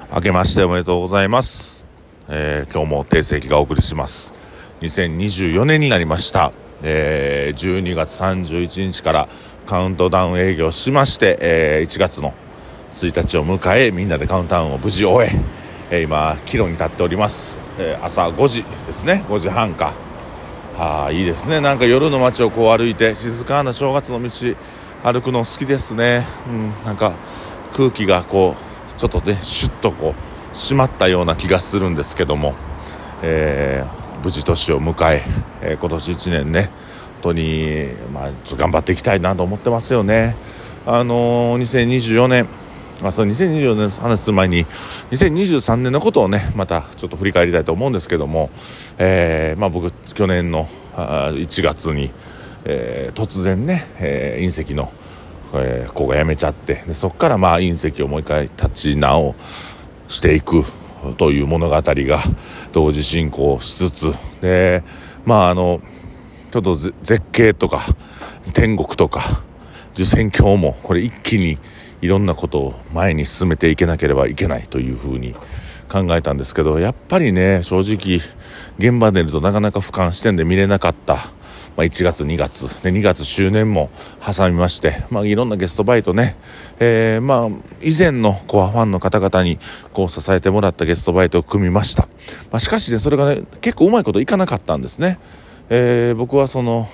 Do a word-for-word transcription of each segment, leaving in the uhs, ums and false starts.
明けましておめでとうございます、えー、今日も定石がお送りします。にせんにじゅうよねんになりました、えー、じゅうにがつさんじゅういちにちからカウントダウン営業しまして、えー、いちがつのついたちを迎え、みんなでカウントダウンを無事終え、えー、今帰路に立っております、えー、朝ごじですね。ごじはんか。はあ、いいですね。なんか夜の街をこう歩いて静かな正月の道歩くの好きですね、うん、なんか空気がこうちょっとねシュッとこう締まったような気がするんですけども、えー、無事年を迎ええー、今年いちねんね本当に、まあ、ちょっと頑張っていきたいなと思ってますよね。あのー、にせんにじゅうよねん、まあ、そのにせんにじゅうよねんの話する前ににせんにじゅうさんねんのことをねまたちょっと振り返りたいと思うんですけども、えーまあ、僕去年のいちがつに、えー、突然ね、えー、隕石のえー、子が辞めちゃって、でそこからまあ隕石をもう一回立ち直していくという物語が同時進行しつつで、まああのちょっと絶景とか天国とか受選鏡もこれ一気にいろんなことを前に進めていけなければいけないというふうに考えたんですけど、やっぱりね正直現場でいるとなかなか俯瞰視点で見れなかったまあ、いちがつにがつでにがつ周年も挟みまして、まあ、いろんなゲストバイトね、えー、まあ以前のコアファンの方々にこう支えてもらったゲストバイトを組みました。まあ、しかしねそれがね結構うまいこといかなかったんですね。えー、僕はその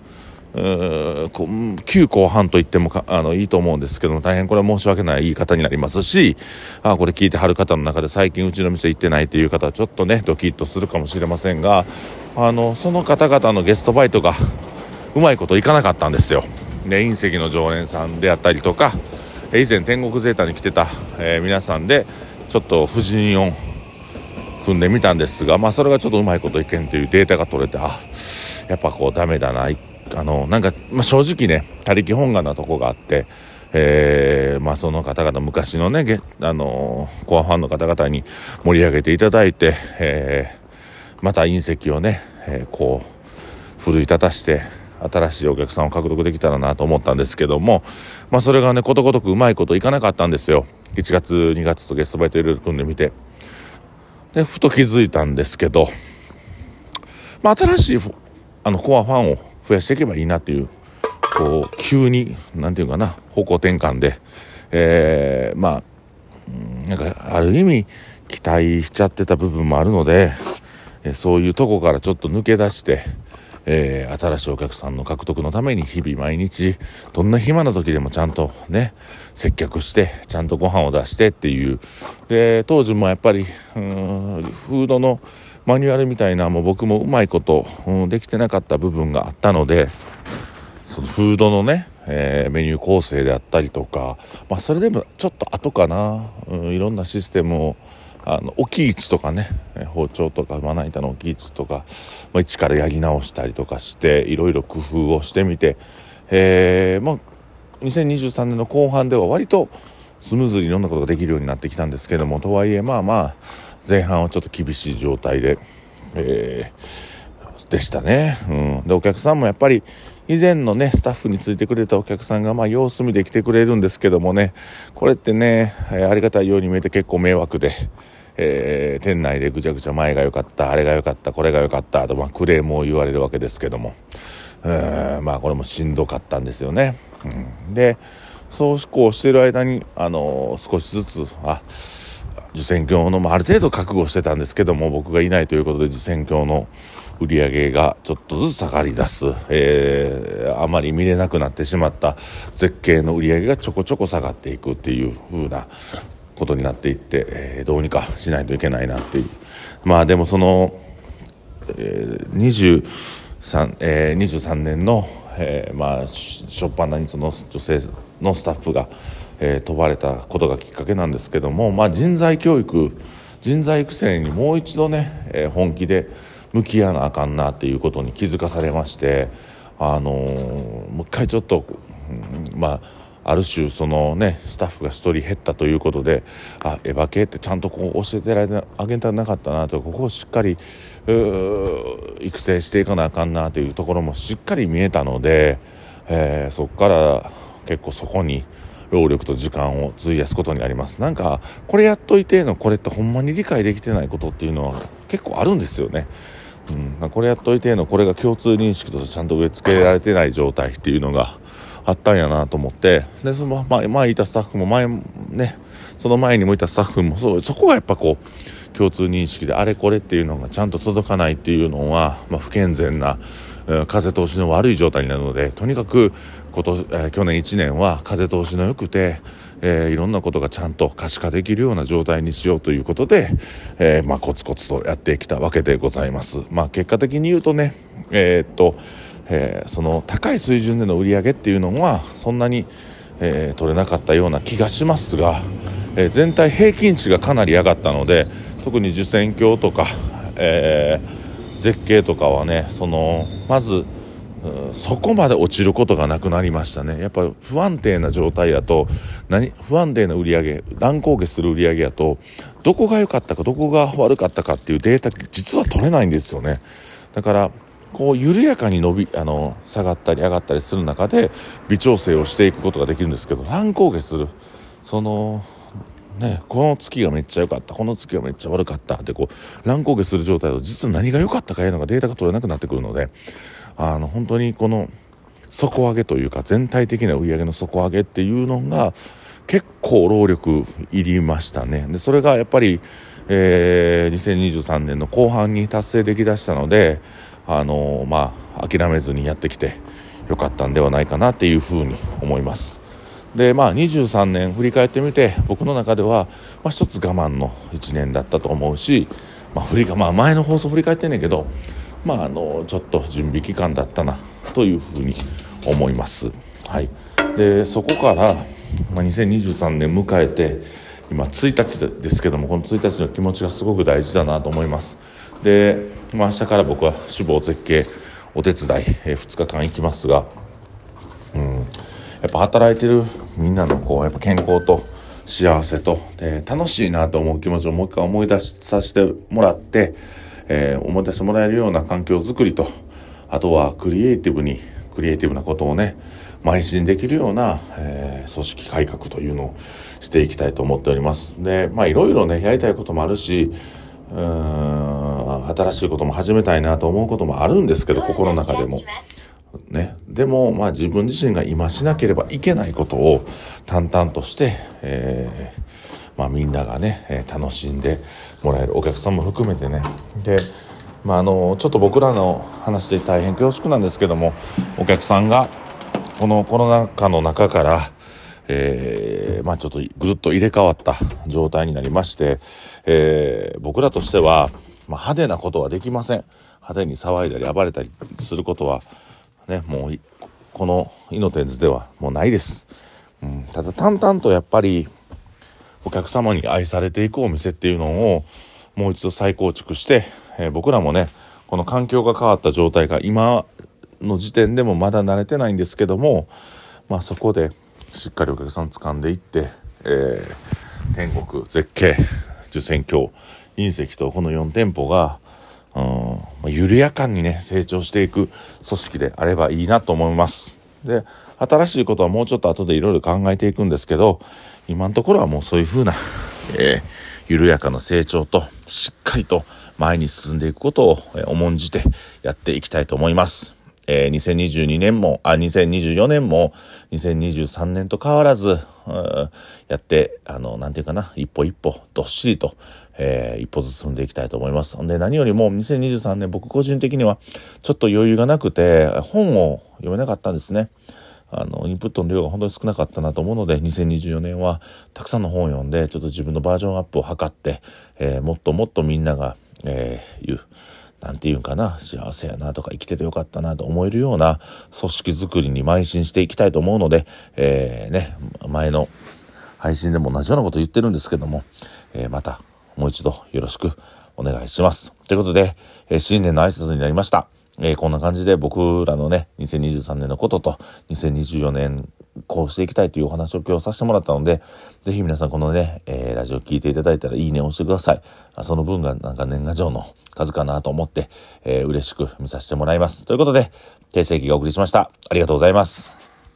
旧後半と言ってもかあのいいと思うんですけども、大変これは申し訳ない言い方になりますし、あこれ聞いてはる方の中で最近うちの店行ってないという方はちょっとねドキッとするかもしれませんが、あのその方々のゲストバイトがうまいこといかなかったんですよ。で隕石の常連さんであったりとか以前天国ゼータに来てた、えー、皆さんでちょっと婦人を組んでみたんですが、まあそれがちょっとうまいこといけんというデータが取れて、あやっぱこうダメだな、あのなんか、まあ、正直ね他力本願なとこがあって、えーまあ、その方々昔のねゲあのコアファンの方々に盛り上げていただいて、えー、また隕石をね、えー、こう奮い立たして新しいお客さんを獲得できたらなと思ったんですけども、まあ、それがねことごとくうまいこといかなかったんですよ。いちがつにがつとゲストバイトいろいろ組んでみて、でふと気づいたんですけど、まあ、新しいあのコアファンを増やしていけばいいなっていう、こう急になんていうかな方向転換で、えー、まあなんかある意味期待しちゃってた部分もあるので、えー、そういうとこからちょっと抜け出して、えー、新しいお客さんの獲得のために日々毎日どんな暇な時でもちゃんとね接客してちゃんとご飯を出してっていうで、当時もやっぱりうーんフードのマニュアルみたいなもう僕もうまいこと、うん、できてなかった部分があったので、そのフードのね、えー、メニュー構成であったりとか、まあ、それでもちょっと後かな、うん、いろんなシステムをあの置き位置とかね包丁とかまな板の置き位置とか、まあ、一からやり直したりとかしていろいろ工夫をしてみて、えーまあ、にせんにじゅうさんねんの後半では割とスムーズにいろんなことができるようになってきたんですけども、とはいえまあまあ前半はちょっと厳しい状態で、えー、でしたね、うん、でお客さんもやっぱり以前のねスタッフについてくれたお客さんがまあ様子見で来てくれるんですけどもね、これってね、えー、ありがたいように見えて結構迷惑で、えー、店内でぐちゃぐちゃ前が良かったあれが良かったこれが良かったと、まあ、クレームを言われるわけですけども、まあこれもしんどかったんですよね、うん、でそうこうしてる間に、あのー、少しずつあ受選鏡の、まあ、ある程度覚悟してたんですけども、僕がいないということで受選鏡の売り上げがちょっとずつ下がり出す、えー、あまり見れなくなってしまった絶景の売り上げがちょこちょこ下がっていくっていう風なことになっていって、えー、どうにかしないといけないなっていう。まあでもその、えー、にじゅうさん、えー、にじゅうさんねんの、えー、まあ初っ端にその女性のスタッフがえー、飛ばれたことがきっかけなんですけども、まあ、人材教育人材育成にもう一度ね、えー、本気で向き合わなあかんなっていうことに気づかされまして、あのー、もう一回ちょっと、うん、まあある種そのねスタッフが一人減ったということで、あエヴァ系ってちゃんとこう教えてあげてなかったなと、ここをしっかり育成していかなあかんなというところもしっかり見えたので、えー、そこから結構そこに労力と時間を費やすことになります。なんかこれやっといてのこれってほんまに理解できてないことっていうのは結構あるんですよね。うん、これやっといてのこれが共通認識としてちゃんと植え付けられてない状態っていうのがあったんやなと思って、でその前前いたスタッフも前ねその前にもいたスタッフもそうそこがやっぱこう共通認識であれこれっていうのがちゃんと届かないっていうのは、まあ、不健全な風通しの悪い状態になるので、とにかく今年、えー、去年いちねんは風通しの良くて、えー、いろんなことがちゃんと可視化できるような状態にしようということで、えーまあ、コツコツとやってきたわけでございます。まあ、結果的に言うとね、えー、っと、えー、その高い水準での売り上げっていうのはそんなに、えー、取れなかったような気がしますが、えー、全体平均値がかなり上がったので、特に受選橋とか、えー絶景とかはね、そのまずそこまで落ちることがなくなりましたね。やっぱ不安定な状態だと何不安定な売り上げ乱高下する売り上げだとどこが良かったかどこが悪かったかっていうデータ実は取れないんですよね。だからこう緩やかに伸びあの下がったり上がったりする中で微調整をしていくことができるんですけど、乱高下するそのね、この月がめっちゃ良かったこの月がめっちゃ悪かったってこう乱高下する状態だと実は何が良かったかいうのがデータが取れなくなってくるので、あの本当にこの底上げというか全体的な売り上げの底上げっていうのが結構労力いりましたね。でそれがやっぱり、えー、にせんにじゅうさんねんの後半に達成できだしたので、あのー、まあ諦めずにやってきてよかったんではないかなっていうふうに思います。でまあにじゅうさんねん振り返ってみて僕の中では、まあ、一つ我慢のいちねんだったと思うし、まあ振りまあ、前の放送振り返ってんねんけど、まあ、あのちょっと準備期間だったなというふうに思います。はい、でそこから、まあ、にせんにじゅうさんねん迎えて今ついたちですけども、このついたちの気持ちがすごく大事だなと思います。で、まあ、明日から僕は志望絶景お手伝い、えー、ふつかかん行きますが、うんやっぱ働いてるみんなのこうやっぱ健康と幸せと、えー、楽しいなと思う気持ちをもう一回思い出させてもらって、えー、思い出してもらえるような環境づくりと、あとはクリエイティブにクリエイティブなことをね邁進できるような、えー、組織改革というのをしていきたいと思っております。でまあいろいろねやりたいこともあるし、うーん新しいことも始めたいなと思うこともあるんですけど、心の中でもね、でもまあ自分自身が今しなければいけないことを淡々として、えーまあ、みんながね、えー、楽しんでもらえる、お客さんも含めてね。で、まあ、あのちょっと僕らの話で大変恐縮なんですけども、お客さんがこのコロナ禍の中から、えーまあ、ちょっとぐっと入れ替わった状態になりまして、えー、僕らとしては、まあ、派手なことはできません。派手に騒いだり暴れたりすることはね、もうこのイノテンズではもうないです、うん、ただ淡々とやっぱりお客様に愛されていくお店っていうのをもう一度再構築して、えー、僕らもねこの環境が変わった状態が今の時点でもまだ慣れてないんですけども、まあそこでしっかりお客さん掴んでいって、えー、天国絶景受選橋隕石とこのよん店舗がうん、緩やかにね成長していく組織であればいいなと思います。で新しいことはもうちょっと後でいろいろ考えていくんですけど、今のところはもうそういう風な、えー、緩やかな成長としっかりと前に進んでいくことを、えー、重んじてやっていきたいと思います。えー、にせんにじゅうにねんもあにせんにじゅうよねんもにせんにじゅうさんねんと変わらず、うん、やってあのなんていうかな一歩一歩どっしりと、えー、一歩ずつ進んでいきたいと思います。で何よりもにせんにじゅうさんねん僕個人的にはちょっと余裕がなくて本を読めなかったんですね。あのインプットの量が本当に少なかったなと思うので、にせんにじゅうよねんはたくさんの本を読んでちょっと自分のバージョンアップを図って、えー、もっともっとみんなが、えー、言うなんていうんかな幸せやなとか生きててよかったなと思えるような組織づくりに邁進していきたいと思うので、えー、ね前の配信でも同じようなこと言ってるんですけども、えー、またもう一度よろしくお願いします。ということで、えー、新年の挨拶になりました。えー、こんな感じで僕らのねにせんにじゅうさんねんのこととにせんにじゅうよねんこうしていきたいというお話を今日させてもらったので、ぜひ皆さんこのね、えー、ラジオ聞いていただいたらいいねを押してください。その分がなんか年賀状の数かなと思って、えー、嬉しく見させてもらいます。ということで定世紀がお送りしました。ありがとうございます。